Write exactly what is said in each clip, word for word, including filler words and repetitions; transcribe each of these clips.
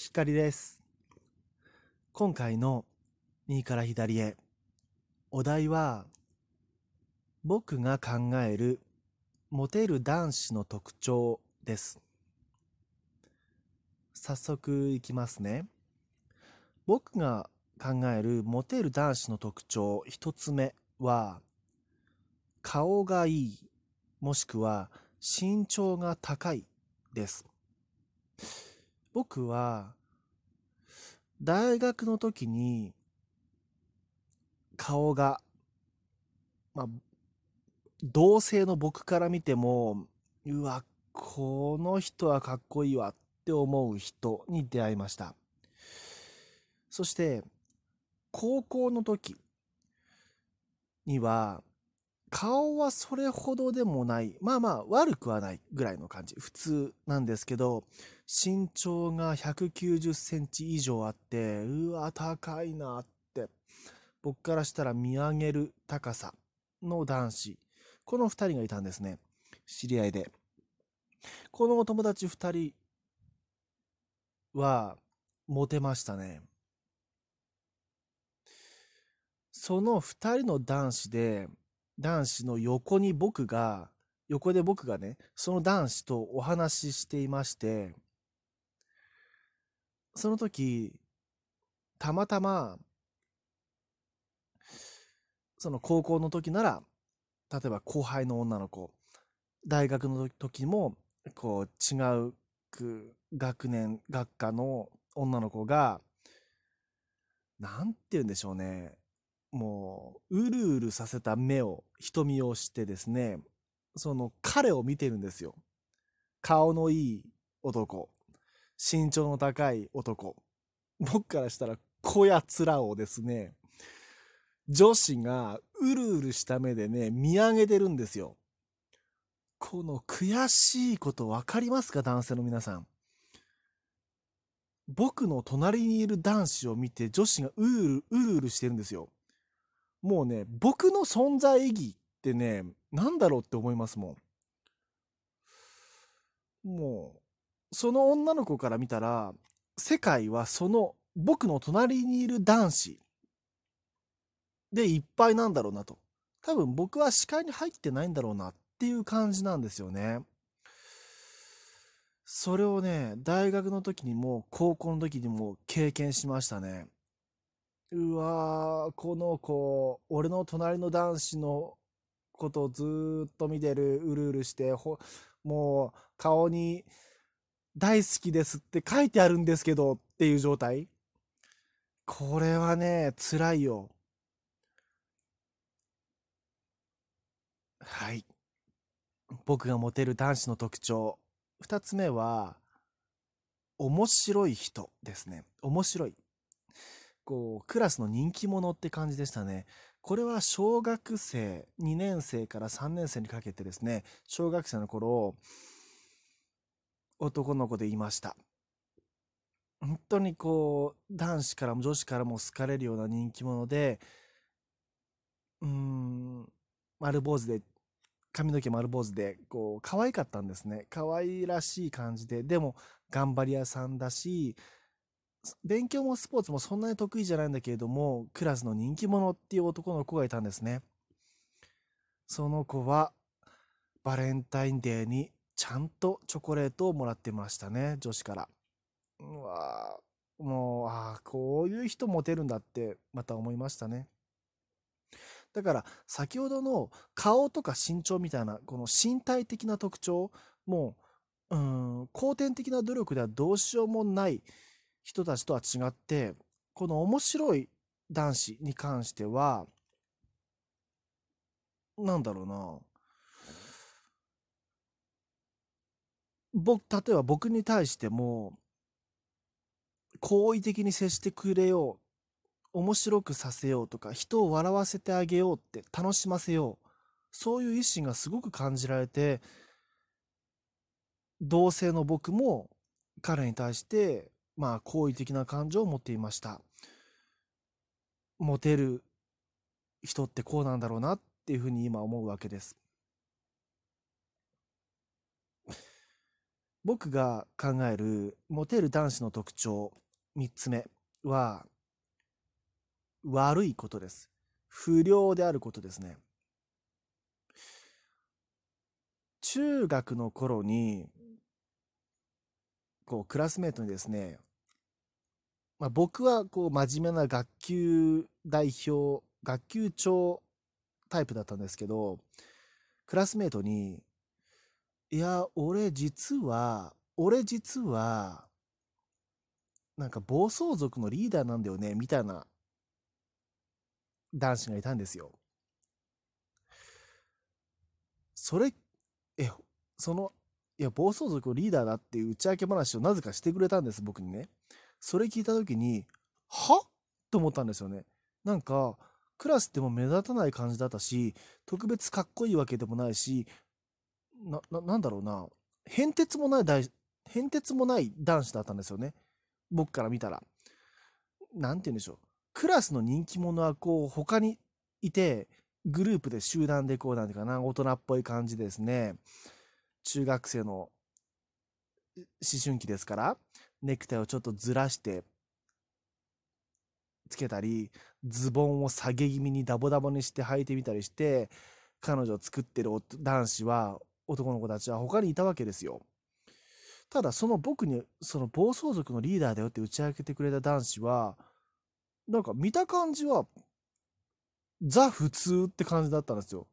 光です。今回の右から左へ、お題は僕が考えるモテる男子の特徴です。早速いきますね。僕が考えるモテる男子の特徴一つ目は、顔がいい、もしくは身長が高いです。僕は大学の時に顔が、まあ、同性の僕から見ても、うわ、この人はかっこいいわって思う人に出会いました。そして、高校の時には、顔はそれほどでもない、まあまあ悪くはないぐらいの感じ、普通なんですけど、身長がひゃくきゅうじゅっセンチ以上あって、うわ、高いなって、僕からしたら見上げる高さの男子、このふたりがいたんですね。知り合いで。このお友達ふたりはモテましたね。そのふたりの男子で、男子の横に僕が、横で僕がね、その男子とお話ししていまして、その時、たまたま、その高校の時なら、例えば後輩の女の子、大学の時も、こう、違う学年、学科の女の子が、なんて言うんでしょうね。もう、うるうるさせた目を、瞳をしてですね、その彼を見てるんですよ。顔のいい男、身長の高い男。僕からしたら、こやつらをですね、女子がうるうるした目でね、見上げてるんですよ。この悔しいこと分かりますか、男性の皆さん。僕の隣にいる男子を見て女子がうるうるうるうるしてるんですよ。もうね、僕の存在意義ってね、なんだろうって思いますもん。もう、その女の子から見たら、世界はその僕の隣にいる男子でいっぱいなんだろうなと。多分僕は視界に入ってないんだろうなっていう感じなんですよね。それをね、大学の時にも高校の時にも経験しましたね。うわー、この子、俺の隣の男子のことをずーっと見てる、うるうるして、ほ、もう顔に大好きですって書いてあるんですけどっていう状態。これはね、辛いよ。はい。僕がモテる男子の特徴。二つ目は、面白い人ですね。面白い。こう、クラスの人気者って感じでしたね。これは小学生にねん生からさんねん生にかけてですね、小学生の頃、男の子でいました。本当にこう、男子からも女子からも好かれるような人気者で、うーん、丸坊主で、髪の毛丸坊主で、こう、可愛かったんですね。可愛らしい感じで、でも、頑張り屋さんだし、勉強もスポーツもそんなに得意じゃないんだけれども、クラスの人気者っていう男の子がいたんですね。その子は、バレンタインデーにちゃんとチョコレートをもらってましたね、女子から。うわーもう、ああ、こういう人モテるんだってまた思いましたね。だから先ほどの顔とか身長みたいなこの身体的な特徴もう、うん、後天的な努力ではどうしようもない人たちとは違って、この面白い男子に関しては、なんだろうな。僕、例えば僕に対しても好意的に接してくれよう、面白くさせようとか、人を笑わせてあげようって楽しませよう。そういう意志がすごく感じられて、同性の僕も彼に対して、まあ、好意的な感情を持っていました。モテる人ってこうなんだろうなっていうふうに今思うわけです。 僕が考えるモテる男子の特徴みっつめは悪いことです。不良であることですね。中学の頃にこうクラスメートにですね、まあ、僕はこう真面目な学級代表学級長タイプだったんですけど、クラスメートに「いや俺実は俺実はなんか暴走族のリーダーなんだよね」みたいな男子がいたんですよ。それえそのいや暴走族のリーダーだっていう打ち明け話をなぜかしてくれたんです、僕にね。それ聞いた時にはと思ったんですよね。なんかクラスでも目立たない感じだったし、特別かっこいいわけでもないし、なななんだろうな、変哲もない大変哲もない男子だったんですよね、僕から見たら。なんて言うんでしょう、クラスの人気者はこう他にいて、グループで集団でこうなんていうかな、大人っぽい感じですね。中学生の思春期ですから、ネクタイをちょっとずらしてつけたり、ズボンを下げ気味にダボダボにして履いてみたりして、彼女を作ってる男子は、男の子たちは他にいたわけですよ。ただその僕にその暴走族のリーダーだよって打ち明けてくれた男子は、なんか見た感じはザ普通って感じだったんですよ。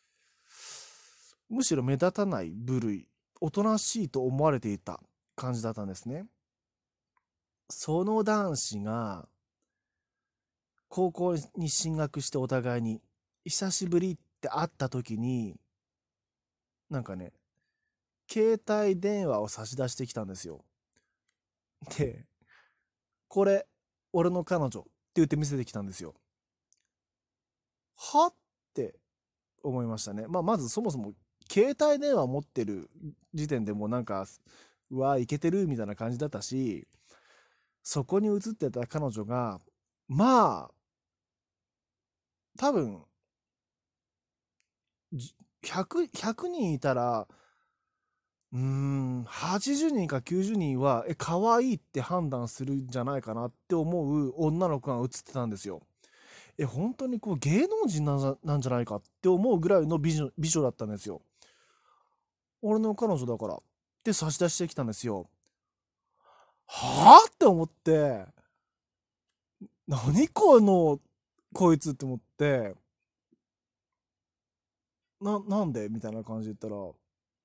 むしろ目立たない部類、おとなしいと思われていた感じだったんですね。その男子が高校に進学してお互いに久しぶりって会った時に、なんかね、携帯電話を差し出してきたんですよ。で、これ俺の彼女って言って見せてきたんですよ。はって思いましたね。まあ、まずそもそも携帯電話持ってる時点でもうなんか、うわ、イケてるみたいな感じだったし、そこに映ってた彼女が、まあ、多分、ひゃく、ひゃくにんいたら、うーん、はちじゅうにんかきゅうじゅうにんは、え、可愛いって判断するんじゃないかなって思う女の子が映ってたんですよ。え、本当にこう芸能人なんじゃなんじゃないかって思うぐらいの美女美女だったんですよ。俺の彼女だから。で、差し出してきたんですよ。はあって思って、何この、こいつって思って、な、なんでみたいな感じで言ったら、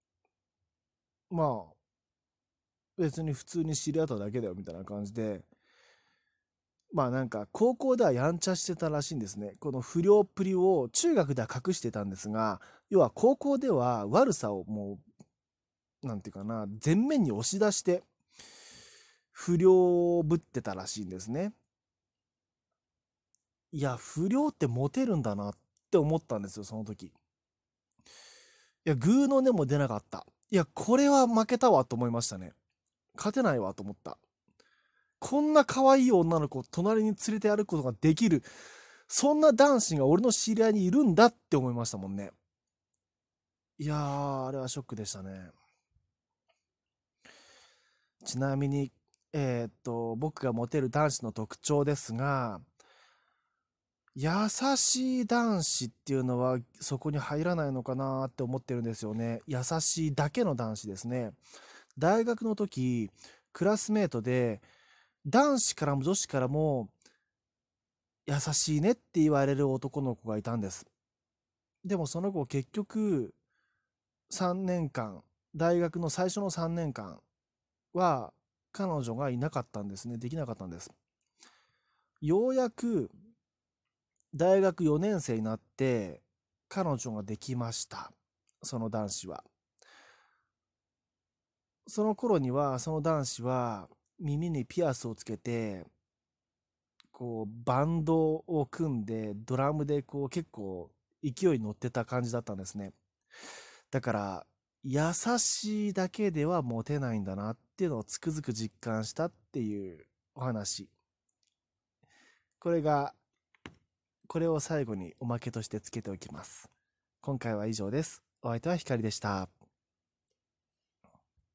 まあ、別に普通に知り合っただけだよみたいな感じで、まあなんか高校ではやんちゃしてたらしいんですね。この不良っぷりを中学では隠してたんですが、要は高校では悪さをもう、なんていうかな、前面に押し出して、不良ぶってたらしいんですね。いや、不良ってモテるんだなって思ったんですよ、その時。いや、グーの音も出なかった。いや、これは負けたわと思いましたね。勝てないわと思った。こんな可愛い女の子を隣に連れて歩くことができる、そんな男子が俺の知り合いにいるんだって思いましたもんね。いやー、あれはショックでしたね。ちなみに、えーっと、僕がモテる男子の特徴ですが、優しい男子っていうのはそこに入らないのかなって思ってるんですよね。優しいだけの男子ですね。大学の時、クラスメートで、男子からも女子からも優しいねって言われる男の子がいたんです。でもその子結局さんねんかん、大学の最初のさんねんかんは彼女がいなかったんですね。できなかったんです。ようやく大学よねん生になって彼女ができました。その男子は。その頃にはその男子は耳にピアスをつけて、こうバンドを組んでドラムでこう結構勢いに乗ってた感じだったんですね。だから優しいだけではモテないんだなっていうのをつくづく実感したっていうお話。これがこれを最後におまけとしてつけておきます。今回は以上です。お相手はひかりでした。